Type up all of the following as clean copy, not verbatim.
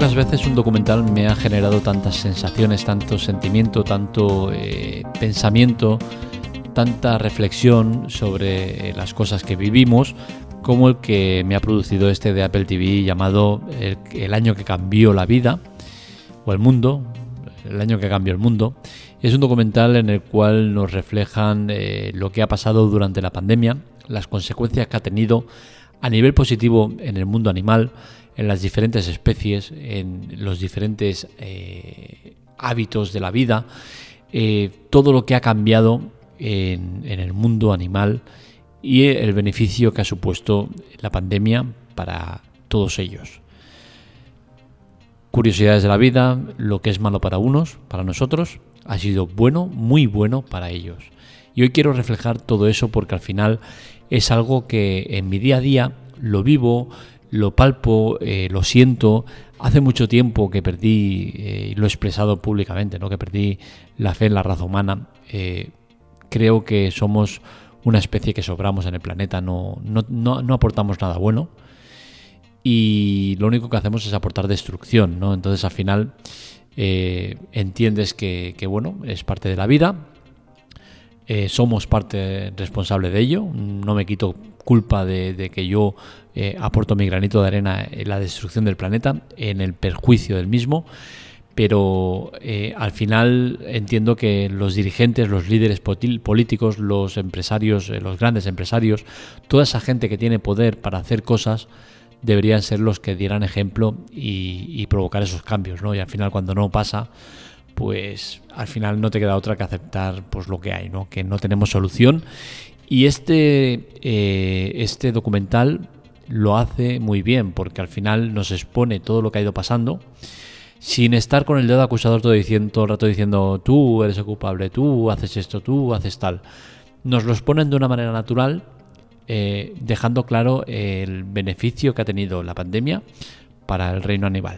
Pocas veces un documental me ha generado tantas sensaciones, tanto sentimiento, tanto pensamiento, tanta reflexión sobre las cosas que vivimos, como el que me ha producido este de Apple TV llamado El año que cambió la vida, o el mundo, el año que cambió el mundo. Es un documental en el cual nos reflejan lo que ha pasado durante la pandemia, las consecuencias que ha tenido a nivel positivo en el mundo animal, en las diferentes especies, en los diferentes hábitos de la vida, todo lo que ha cambiado en el mundo animal y el beneficio que ha supuesto la pandemia para todos ellos. Curiosidades de la vida, lo que es malo para unos, para nosotros, ha sido bueno, muy bueno para ellos. Y hoy quiero reflejar todo eso porque al final es algo que en mi día a día lo vivo, lo palpo, lo siento. Hace mucho tiempo que perdí, y lo he expresado públicamente, ¿no? Que perdí la fe en la raza humana. Creo que somos una especie que sobramos en el planeta, no aportamos nada bueno y lo único que hacemos es aportar destrucción, ¿no? Entonces al final entiendes que bueno, es parte de la vida, somos parte responsable de ello, no me quito culpa de que yo aporto mi granito de arena en la destrucción del planeta, en el perjuicio del mismo. Pero al final entiendo que los dirigentes, los líderes políticos, los empresarios, los grandes empresarios, toda esa gente que tiene poder para hacer cosas deberían ser los que dieran ejemplo y provocar esos cambios, ¿no? Y al final cuando no pasa, pues al final no te queda otra que aceptar pues lo que hay, ¿no? Que no tenemos solución. Y este documental lo hace muy bien porque al final nos expone todo lo que ha ido pasando, sin estar con el dedo acusador todo el rato diciendo tú eres el culpable, tú haces esto, tú haces tal. Nos lo exponen de una manera natural, dejando claro el beneficio que ha tenido la pandemia para el reino animal.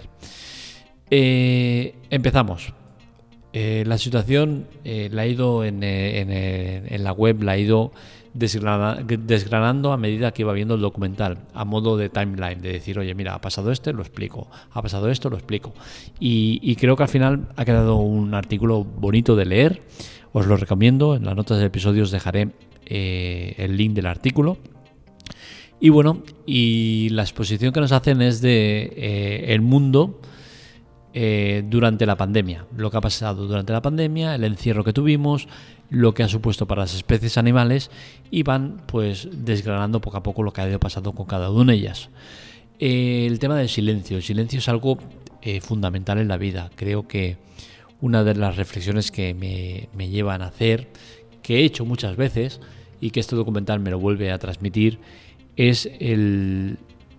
Empezamos. La situación la he ido en la web, la he ido desgranando a medida que iba viendo el documental, a modo de timeline, de decir, oye, mira, ha pasado esto, lo explico, ha pasado esto, lo explico. Y creo que al final ha quedado un artículo bonito de leer, os lo recomiendo, en las notas del episodio os dejaré el link del artículo. Y bueno, y la exposición que nos hacen es de el mundo durante la pandemia, lo que ha pasado durante la pandemia, el encierro que tuvimos, lo que ha supuesto para las especies animales, y van pues desgranando poco a poco lo que ha ido pasando con cada una de ellas. El tema del silencio. El silencio es algo fundamental en la vida. Creo que una de las reflexiones que me llevan a hacer, que he hecho muchas veces y que este documental me lo vuelve a transmitir, es el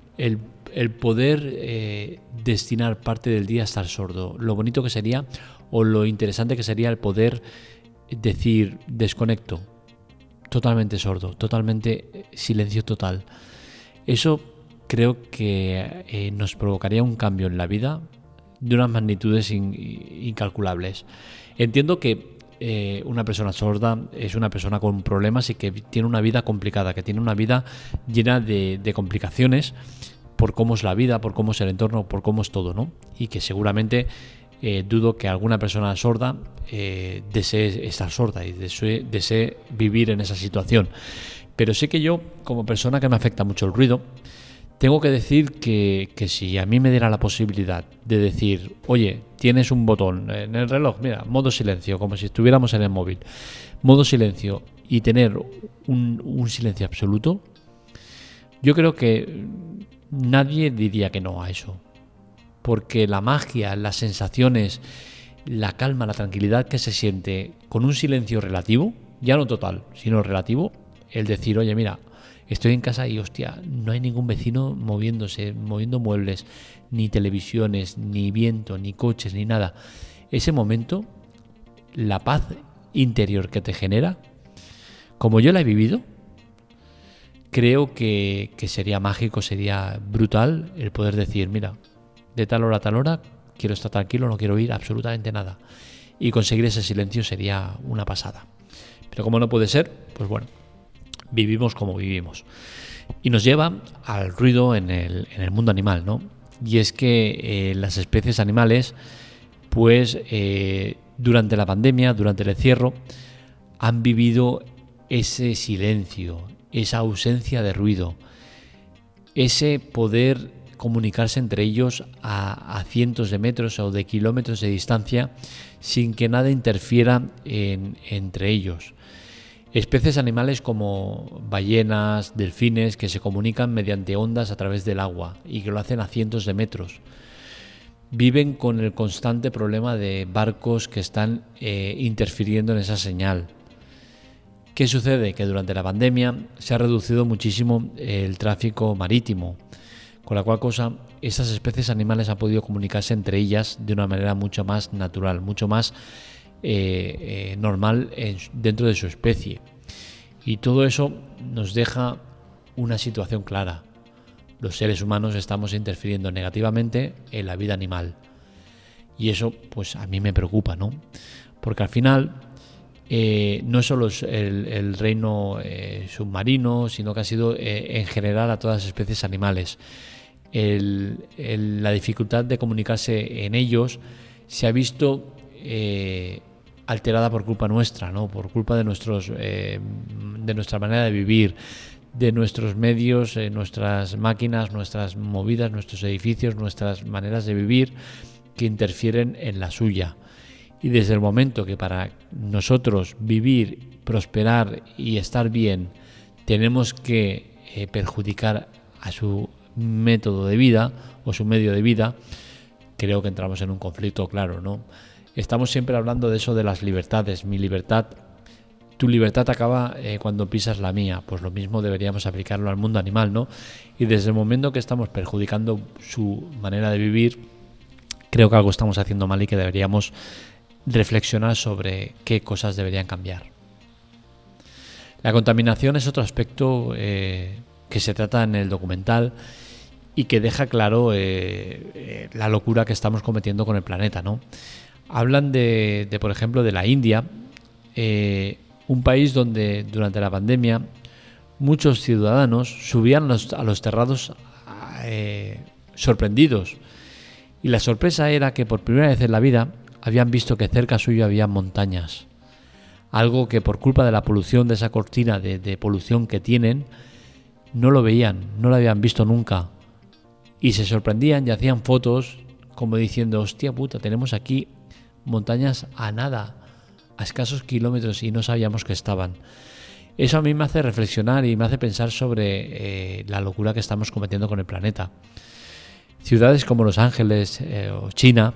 poder destinar parte del día a estar sordo. Lo bonito que sería, o lo interesante que sería el poder decir desconecto, totalmente sordo, totalmente silencio total. Eso creo que nos provocaría un cambio en la vida de unas magnitudes incalculables. Entiendo que una persona sorda es una persona con problemas y que tiene una vida complicada, que tiene una vida llena de complicaciones, por cómo es la vida, por cómo es el entorno, por cómo es todo, ¿no? Y que seguramente dudo que alguna persona sorda desee estar sorda y desee vivir en esa situación. Pero sí que yo, como persona que me afecta mucho el ruido, tengo que decir que si a mí me diera la posibilidad de decir, oye, tienes un botón en el reloj, mira, modo silencio, como si estuviéramos en el móvil, modo silencio, y tener un silencio absoluto, yo creo que nadie diría que no a eso, porque la magia, las sensaciones, la calma, la tranquilidad que se siente con un silencio relativo, ya no total, sino relativo, el decir, oye, mira, estoy en casa y hostia, no hay ningún vecino moviendo muebles, ni televisiones, ni viento, ni coches, ni nada. Ese momento, la paz interior que te genera, como yo la he vivido, creo que sería mágico, sería brutal el poder decir, mira, de tal hora a tal hora quiero estar tranquilo, no quiero oír absolutamente nada. Y conseguir ese silencio sería una pasada. Pero como no puede ser, pues bueno, vivimos como vivimos. Y nos lleva al ruido en el mundo animal, ¿no? y es que las especies animales, pues durante la pandemia, durante el encierro, han vivido ese silencio, esa ausencia de ruido, ese poder comunicarse entre ellos a cientos de metros o de kilómetros de distancia sin que nada interfiera entre ellos. Especies animales como ballenas, delfines, que se comunican mediante ondas a través del agua y que lo hacen a cientos de metros. Viven con el constante problema de barcos que están interfiriendo en esa señal. ¿Qué sucede? Que durante la pandemia se ha reducido muchísimo el tráfico marítimo, con la cual cosa estas especies animales han podido comunicarse entre ellas de una manera mucho más natural, mucho más normal dentro de su especie. Y todo eso nos deja una situación clara. Los seres humanos estamos interfiriendo negativamente en la vida animal. Y eso pues a mí me preocupa, ¿no? Porque al final no es solo el reino submarino, sino que ha sido en general a todas las especies animales. La dificultad de comunicarse en ellos se ha visto alterada por culpa nuestra, ¿no? Por culpa de nuestra manera de vivir, de nuestros medios, nuestras máquinas, nuestras movidas, nuestros edificios, nuestras maneras de vivir que interfieren en la suya. Y desde el momento que para nosotros vivir, prosperar y estar bien tenemos que perjudicar a su método de vida o su medio de vida, creo que entramos en un conflicto claro, ¿no? Estamos siempre hablando de eso de las libertades. Mi libertad, tu libertad acaba cuando pisas la mía. Pues lo mismo deberíamos aplicarlo al mundo animal, ¿no? Y desde el momento que estamos perjudicando su manera de vivir, creo que algo estamos haciendo mal y que deberíamos reflexionar sobre qué cosas deberían cambiar. La contaminación es otro aspecto que se trata en el documental y que deja claro la locura que estamos cometiendo con el planeta, ¿no? Hablan de por ejemplo, de la India, un país donde durante la pandemia muchos ciudadanos subían a los terrados sorprendidos. Y la sorpresa era que por primera vez en la vida habían visto que cerca suyo había montañas. Algo que por culpa de la polución, de esa cortina de polución que tienen, no lo veían, no lo habían visto nunca. Y se sorprendían y hacían fotos como diciendo, hostia puta, tenemos aquí montañas a nada, a escasos kilómetros y no sabíamos que estaban. Eso a mí me hace reflexionar y me hace pensar sobre la locura que estamos cometiendo con el planeta. Ciudades como Los Ángeles o China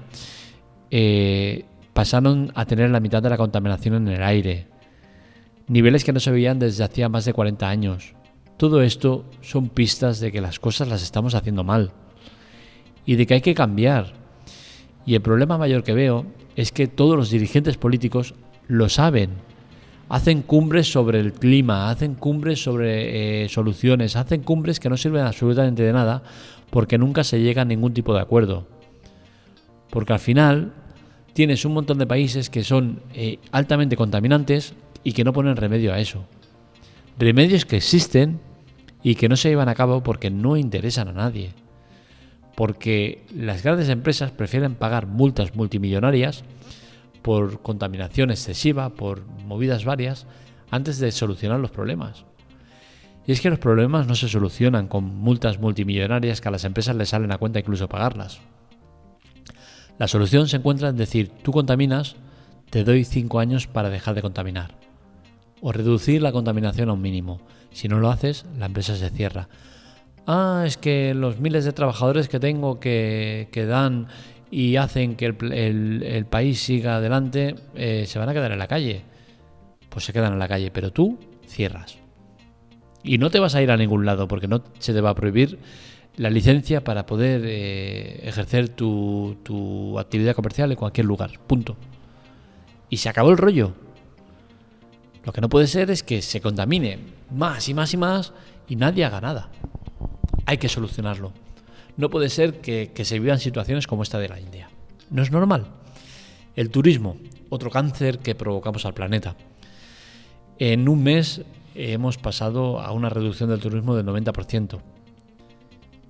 pasaron a tener la mitad de la contaminación en el aire, niveles que no se veían desde hacía más de 40 años. Todo esto son pistas de que las cosas las estamos haciendo mal y de que hay que cambiar. Y el problema mayor que veo es que todos los dirigentes políticos lo saben. Hacen cumbres sobre el clima, hacen cumbres sobre soluciones, hacen cumbres que no sirven absolutamente de nada porque nunca se llega a ningún tipo de acuerdo. Porque al final tienes un montón de países que son altamente contaminantes y que no ponen remedio a eso. Remedios que existen y que no se llevan a cabo porque no interesan a nadie. Porque las grandes empresas prefieren pagar multas multimillonarias por contaminación excesiva, por movidas varias, antes de solucionar los problemas. Y es que los problemas no se solucionan con multas multimillonarias que a las empresas les salen a cuenta incluso pagarlas. La solución se encuentra en decir, tú contaminas, te doy 5 años para dejar de contaminar. O reducir la contaminación a un mínimo. Si no lo haces, la empresa se cierra. Es que los miles de trabajadores que tengo que dan y hacen que el país siga adelante, se van a quedar en la calle. Pues se quedan en la calle, pero tú cierras. Y no te vas a ir a ningún lado porque no se te va a prohibir la licencia para poder ejercer tu actividad comercial en cualquier lugar. Punto. Y se acabó el rollo. Lo que no puede ser es que se contamine más y más y más y nadie haga nada. Hay que solucionarlo. No puede ser que se vivan situaciones como esta de la India. No es normal. El turismo, otro cáncer que provocamos al planeta. En un mes hemos pasado a una reducción del turismo del 90%.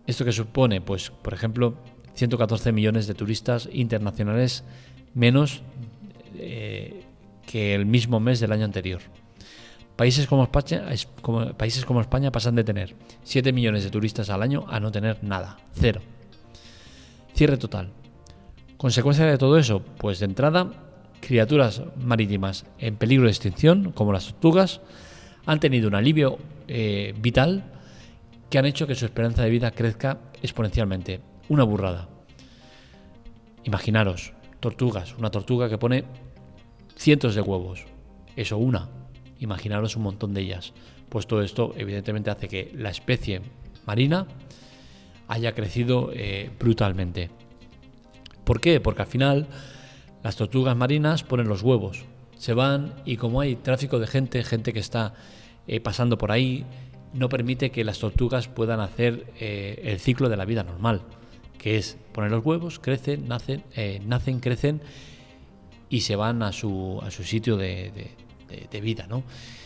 ¿Esto qué supone? Pues, por ejemplo, 114 millones de turistas internacionales menos que el mismo mes del año anterior. Países como España pasan de tener 7 millones de turistas al año a no tener nada, cero. Cierre total. ¿Consecuencia de todo eso? Pues de entrada, criaturas marítimas en peligro de extinción, como las tortugas, han tenido un alivio vital que han hecho que su esperanza de vida crezca exponencialmente. Una burrada. Imaginaros, tortugas, una tortuga que pone cientos de huevos. Eso una. Imaginaros un montón de ellas. Pues todo esto evidentemente hace que la especie marina haya crecido brutalmente. ¿Por qué? Porque al final las tortugas marinas ponen los huevos, se van y como hay tráfico de gente que está pasando por ahí, no permite que las tortugas puedan hacer el ciclo de la vida normal, que es poner los huevos, crecen, nacen, crecen y se van a su sitio de vida, ¿no?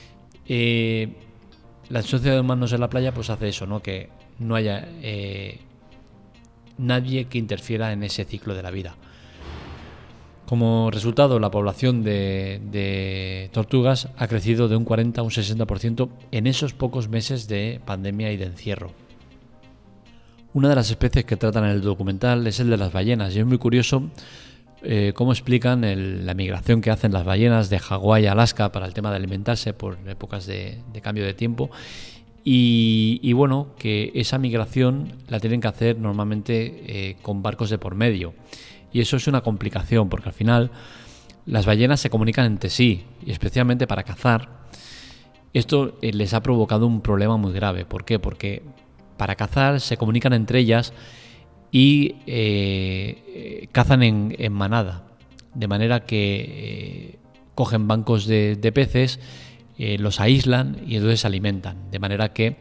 La sociedad de humanos en la playa pues hace eso, ¿no? Que no haya nadie que interfiera en ese ciclo de la vida. Como resultado, la población de tortugas ha crecido de un 40 a un 60% en esos pocos meses de pandemia y de encierro. Una de las especies que tratan en el documental es el de las ballenas, y es muy curioso cómo explican la migración que hacen las ballenas de Hawái a Alaska para el tema de alimentarse por épocas de cambio de tiempo. Y bueno, que esa migración la tienen que hacer normalmente con barcos de por medio. Y eso es una complicación, porque al final las ballenas se comunican entre sí, y especialmente para cazar. Esto les ha provocado un problema muy grave. ¿Por qué? Porque para cazar se comunican entre ellas y cazan en manada, de manera que cogen bancos de peces, los aíslan y entonces se alimentan, de manera que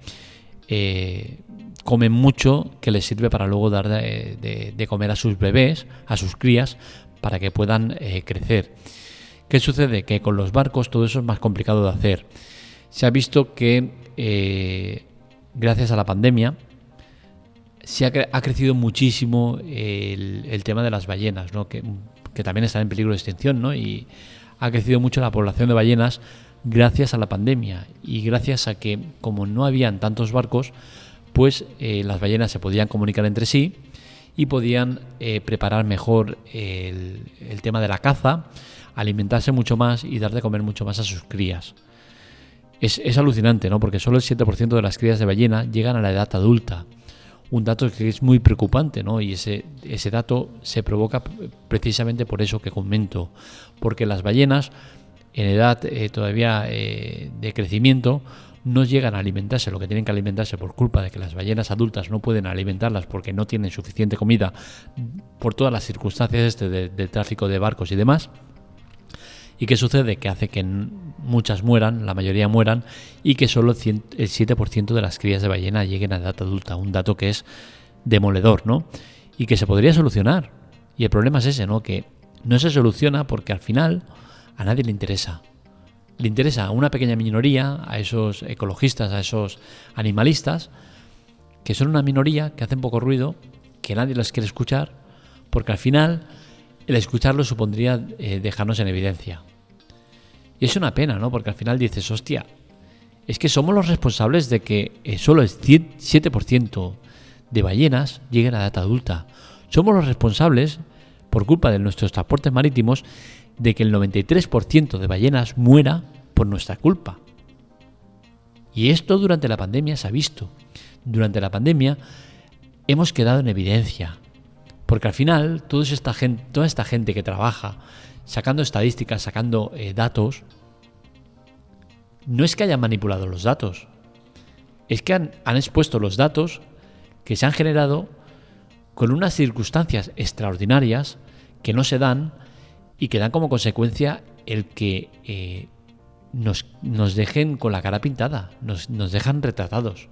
comen mucho, que les sirve para luego dar de comer a sus bebés, a sus crías, para que puedan crecer. ¿Qué sucede? Que con los barcos todo eso es más complicado de hacer. Se ha visto que gracias a la pandemia ha crecido muchísimo el tema de las ballenas, ¿no? que también están en peligro de extinción, ¿no? Y ha crecido mucho la población de ballenas gracias a la pandemia y gracias a que, como no habían tantos barcos, pues las ballenas se podían comunicar entre sí y podían preparar mejor el tema de la caza, alimentarse mucho más y dar de comer mucho más a sus crías. Es alucinante, ¿no? Porque solo el 7% de las crías de ballena llegan a la edad adulta. Un dato que es muy preocupante, ¿no? Y ese dato se provoca precisamente por eso que comento, porque las ballenas en edad todavía de crecimiento no llegan a alimentarse lo que tienen que alimentarse por culpa de que las ballenas adultas no pueden alimentarlas porque no tienen suficiente comida por todas las circunstancias del tráfico de barcos y demás. ¿Y qué sucede? Que hace que muchas mueran, la mayoría mueran, y que solo el 7% de las crías de ballena lleguen a edad adulta. Un dato que es demoledor, ¿no? Y que se podría solucionar. Y el problema es ese, ¿no? Que no se soluciona porque al final a nadie le interesa. Le interesa a una pequeña minoría, a esos ecologistas, a esos animalistas, que son una minoría, que hacen poco ruido, que nadie les quiere escuchar, porque al final el escucharlo supondría dejarnos en evidencia. Y es una pena, ¿no? Porque al final dices, hostia, es que somos los responsables de que solo el 7% de ballenas lleguen a edad adulta. Somos los responsables, por culpa de nuestros transportes marítimos, de que el 93% de ballenas muera por nuestra culpa. Y esto durante la pandemia se ha visto. Durante la pandemia hemos quedado en evidencia. Porque al final toda esta gente que trabaja sacando estadísticas, sacando datos, no es que hayan manipulado los datos, es que han expuesto los datos que se han generado con unas circunstancias extraordinarias que no se dan y que dan como consecuencia el que nos dejen con la cara pintada, nos dejan retratados.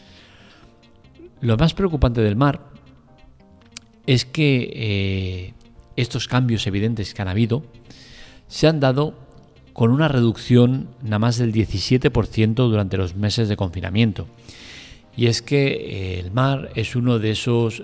Lo más preocupante del mar es que estos cambios evidentes que han habido se han dado con una reducción nada más del 17% durante los meses de confinamiento. Y es que el mar es uno de esos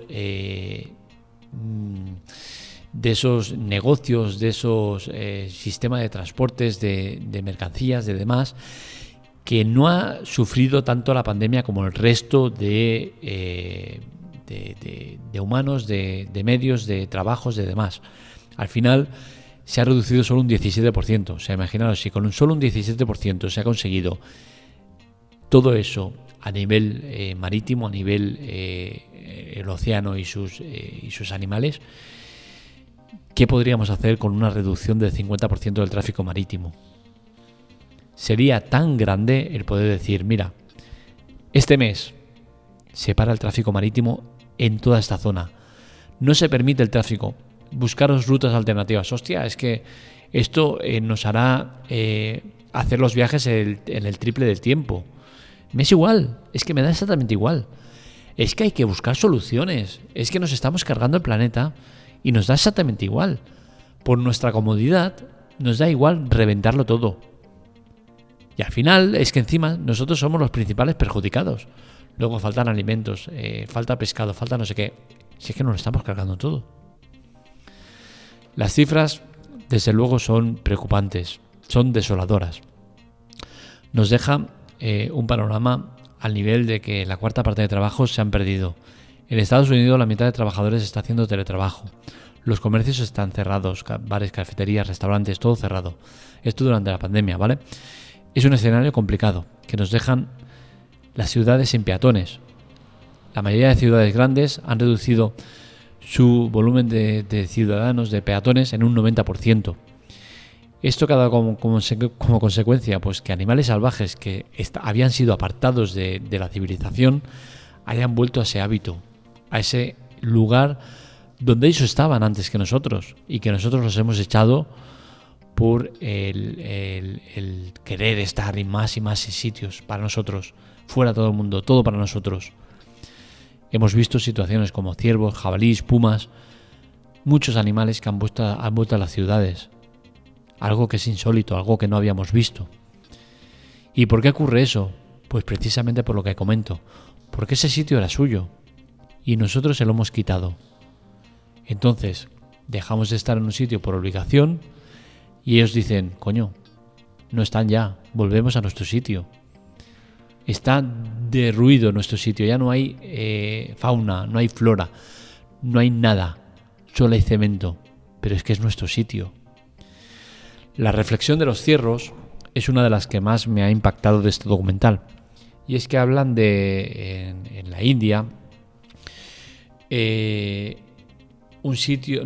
negocios, de esos sistemas de transportes, de mercancías, de demás, que no ha sufrido tanto la pandemia como el resto de humanos, de medios, de trabajos, de demás. Al final se ha reducido solo un 17%. O sea, imaginaos, si con solo un 17% se ha conseguido todo eso a nivel marítimo, a nivel el océano y sus animales, ¿qué podríamos hacer con una reducción del 50% del tráfico marítimo? Sería tan grande el poder decir, mira, este mes se para el tráfico marítimo en toda esta zona. No se permite el tráfico. Buscaros rutas alternativas. Hostia, es que esto nos hará hacer los viajes en el triple del tiempo. Me es igual, es que me da exactamente igual. Es que hay que buscar soluciones. Es que nos estamos cargando el planeta y nos da exactamente igual. Por nuestra comodidad nos da igual reventarlo todo. Y al final es que encima nosotros somos los principales perjudicados. Luego faltan alimentos, falta pescado, falta no sé qué. Si es que nos lo estamos cargando todo. Las cifras, desde luego, son preocupantes, son desoladoras. Nos deja un panorama al nivel de que la cuarta parte de trabajos se han perdido. En Estados Unidos la mitad de trabajadores está haciendo teletrabajo. Los comercios están cerrados, bares, cafeterías, restaurantes, todo cerrado. Esto durante la pandemia, ¿vale? Es un escenario complicado, que nos dejan las ciudades sin peatones. La mayoría de ciudades grandes han reducido su volumen de ciudadanos, de peatones, en un 90%. Esto que ha dado como consecuencia, pues que animales salvajes que habían sido apartados de la civilización hayan vuelto a ese hábito, a ese lugar donde ellos estaban antes que nosotros y que nosotros los hemos echado por el querer estar en más y más sitios para nosotros, fuera todo el mundo, todo para nosotros. Hemos visto situaciones como ciervos, jabalíes, pumas, muchos animales que han vuelto a las ciudades. Algo que es insólito, algo que no habíamos visto. ¿Y por qué ocurre eso? Pues precisamente por lo que comento, porque ese sitio era suyo y nosotros se lo hemos quitado. Entonces, dejamos de estar en un sitio por obligación y ellos dicen, coño, no están ya, volvemos a nuestro sitio. Está derruido nuestro sitio, ya no hay fauna, no hay flora, no hay nada, solo hay cemento, pero es que es nuestro sitio. La reflexión de los ciervos es una de las que más me ha impactado de este documental. Y es que hablan de, en la India, un sitio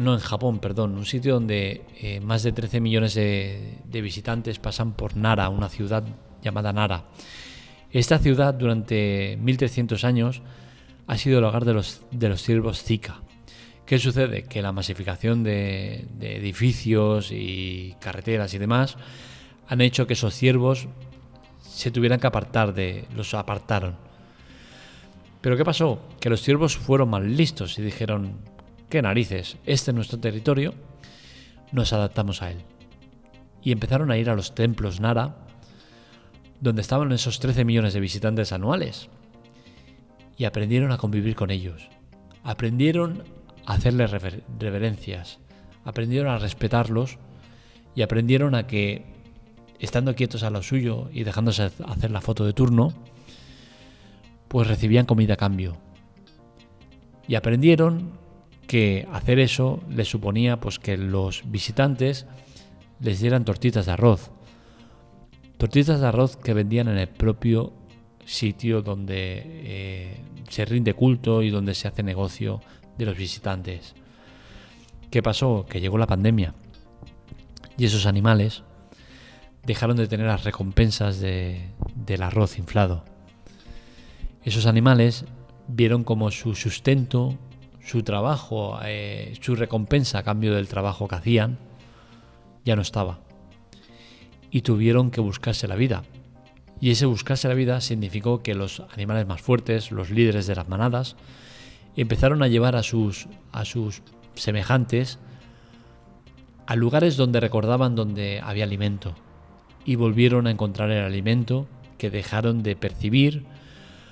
donde más de 13 millones de visitantes pasan por Nara, una ciudad llamada Nara. Esta ciudad durante 1300 años ha sido el hogar de los ciervos Zika. ¿Qué sucede? Que la masificación de edificios y carreteras y demás han hecho que esos ciervos se tuvieran que apartar, los apartaron. ¿Pero qué pasó? Que los ciervos fueron más listos y dijeron, ¿qué narices? Este es nuestro territorio, nos adaptamos a él. Y empezaron a ir a los templos Nara, donde estaban esos 13 millones de visitantes anuales. Y aprendieron a convivir con ellos. Aprendieron a hacerles reverencias. Aprendieron a respetarlos y aprendieron a que, estando quietos a lo suyo y dejándose hacer la foto de turno, pues recibían comida a cambio. Y aprendieron que hacer eso les suponía pues que los visitantes les dieran tortitas de arroz. Tortitas de arroz que vendían en el propio sitio donde se rinde culto y donde se hace negocio de los visitantes. ¿Qué pasó? Que llegó la pandemia y esos animales dejaron de tener las recompensas del arroz inflado. Esos animales vieron como su sustento, su trabajo, su recompensa a cambio del trabajo que hacían, ya no estaba. Y tuvieron que buscarse la vida. Y ese buscarse la vida significó que los animales más fuertes, los líderes de las manadas, empezaron a llevar a sus semejantes a lugares donde recordaban donde había alimento. Y volvieron a encontrar el alimento que dejaron de percibir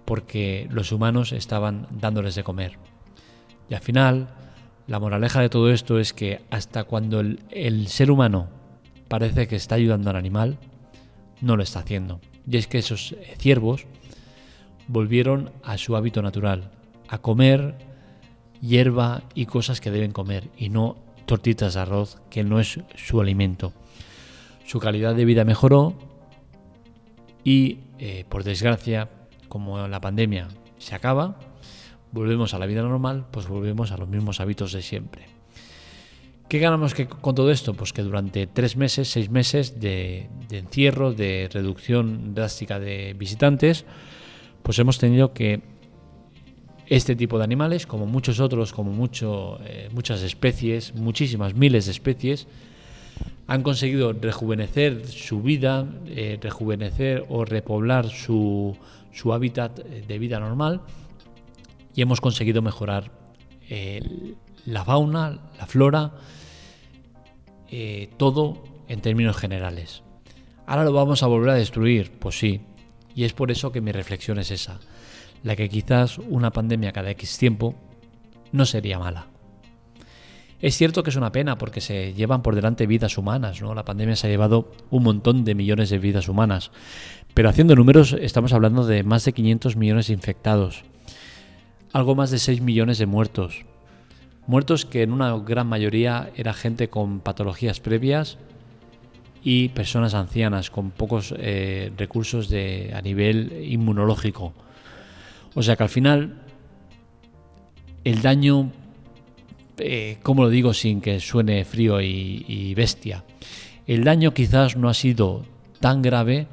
porque los humanos estaban dándoles de comer. Y al final, la moraleja de todo esto es que hasta cuando el ser humano parece que está ayudando al animal, no lo está haciendo. Y es que esos ciervos volvieron a su hábito natural, a comer hierba y cosas que deben comer, y no tortitas de arroz, que no es su alimento. Su calidad de vida mejoró y, por desgracia, como la pandemia se acaba, volvemos a la vida normal, pues volvemos a los mismos hábitos de siempre. ¿Qué ganamos con todo esto? Pues que durante 3 meses, 6 meses de encierro, de reducción drástica de visitantes, pues hemos tenido que este tipo de animales, como muchos otros, como muchas especies, muchísimas miles de especies, han conseguido rejuvenecer su vida, rejuvenecer o repoblar su hábitat de vida normal, y hemos conseguido mejorar la fauna, la flora, todo en términos generales. ¿Ahora lo vamos a volver a destruir? Pues sí, y es por eso que mi reflexión es esa, la que quizás una pandemia cada X tiempo no sería mala. Es cierto que es una pena porque se llevan por delante vidas humanas, ¿no? La pandemia se ha llevado un montón de millones de vidas humanas, pero haciendo números estamos hablando de más de 500 millones de infectados, algo más de 6 millones de muertos. Muertos que en una gran mayoría era gente con patologías previas y personas ancianas con pocos recursos a nivel inmunológico. O sea que al final el daño, ¿cómo lo digo sin que suene frío y bestia? El daño quizás no ha sido tan grave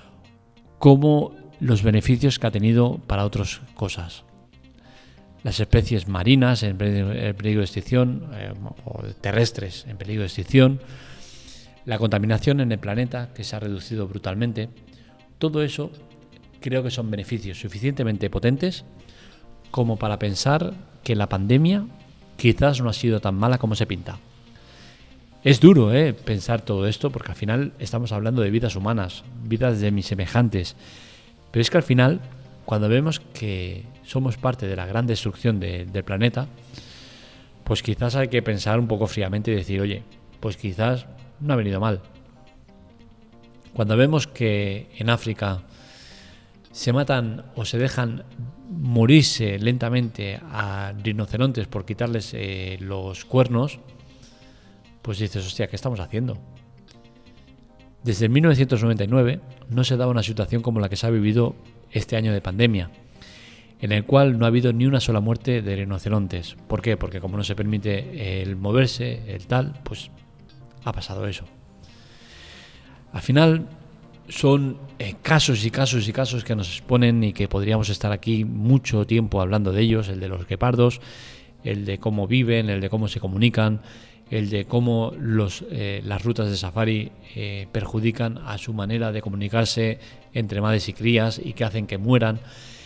como los beneficios que ha tenido para otras cosas. Las especies marinas en peligro de extinción, o terrestres en peligro de extinción, la contaminación en el planeta, que se ha reducido brutalmente, todo eso creo que son beneficios suficientemente potentes como para pensar que la pandemia quizás no ha sido tan mala como se pinta. Es duro pensar todo esto, porque al final estamos hablando de vidas humanas, vidas de mis semejantes, pero es que al final, cuando vemos que somos parte de la gran destrucción del planeta, pues quizás hay que pensar un poco fríamente y decir, oye, pues quizás no ha venido mal. Cuando vemos que en África se matan o se dejan morirse lentamente a rinocerontes por quitarles los cuernos, pues dices, hostia, ¿qué estamos haciendo? Desde 1999 no se daba una situación como la que se ha vivido este año de pandemia, en el cual no ha habido ni una sola muerte de rinocerontes. ¿Por qué? Porque como no se permite el moverse, el tal, pues ha pasado eso. Al final son casos y casos y casos que nos exponen y que podríamos estar aquí mucho tiempo hablando de ellos, el de los guepardos, el de cómo viven, el de cómo se comunican, el de cómo las rutas de safari perjudican a su manera de comunicarse entre madres y crías y que hacen que mueran,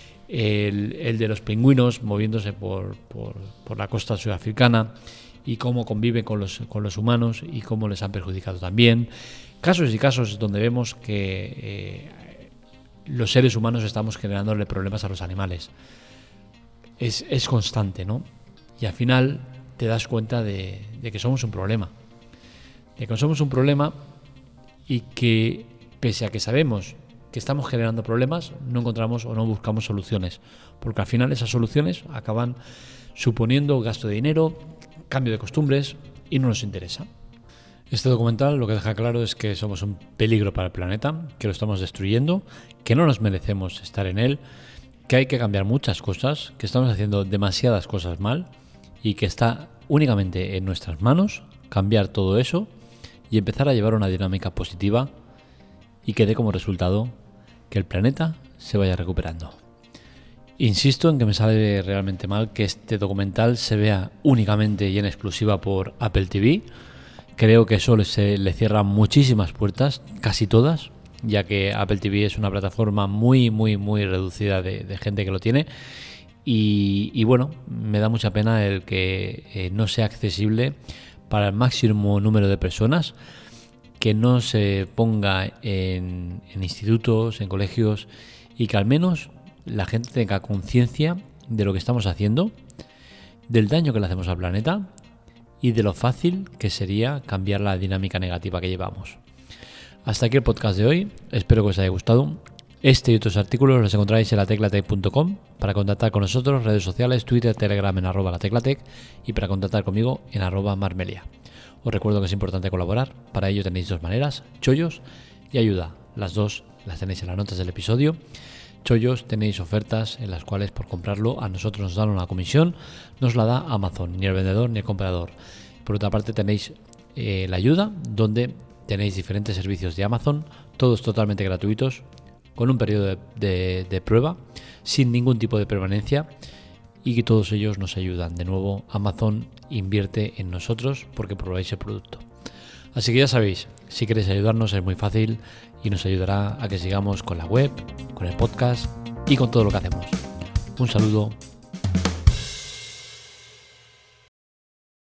el de los pingüinos moviéndose por la costa sudafricana y cómo conviven con los humanos y cómo les han perjudicado también. Casos y casos donde vemos que los seres humanos estamos generándole problemas a los animales. Es constante, ¿no? Y al final te das cuenta de que somos un problema. De que somos un problema y que, pese a que sabemos que estamos generando problemas, no encontramos o no buscamos soluciones. Porque al final esas soluciones acaban suponiendo gasto de dinero, cambio de costumbres y no nos interesa. Este documental lo que deja claro es que somos un peligro para el planeta, que lo estamos destruyendo, que no nos merecemos estar en él, que hay que cambiar muchas cosas, que estamos haciendo demasiadas cosas mal y que está únicamente en nuestras manos cambiar todo eso y empezar a llevar una dinámica positiva y que dé como resultado que el planeta se vaya recuperando. Insisto en que me sale realmente mal que este documental se vea únicamente y en exclusiva por Apple TV. Creo que eso le cierra muchísimas puertas, casi todas, ya que Apple TV es una plataforma muy, muy, muy reducida de gente que lo tiene. Y bueno, me da mucha pena el que no sea accesible para el máximo número de personas, que no se ponga en institutos, en colegios, y que al menos la gente tenga conciencia de lo que estamos haciendo, del daño que le hacemos al planeta y de lo fácil que sería cambiar la dinámica negativa que llevamos. Hasta aquí el podcast de hoy, espero que os haya gustado. Este y otros artículos los encontráis en lateclatec.com. Para contactar con nosotros, redes sociales, Twitter, Telegram en @lateclatec y para contactar conmigo en @marmelia. Os recuerdo que es importante colaborar, para ello tenéis dos maneras, chollos y ayuda. Las dos las tenéis en las notas del episodio. Chollos, tenéis ofertas en las cuales por comprarlo a nosotros nos dan una comisión, nos la da Amazon, ni el vendedor ni el comprador. Por otra parte tenéis la ayuda, donde tenéis diferentes servicios de Amazon, todos totalmente gratuitos, con un periodo de prueba, sin ningún tipo de permanencia, y que todos ellos nos ayudan. De nuevo, Amazon invierte en nosotros porque probáis el producto. Así que ya sabéis, si queréis ayudarnos es muy fácil y nos ayudará a que sigamos con la web, con el podcast y con todo lo que hacemos. Un saludo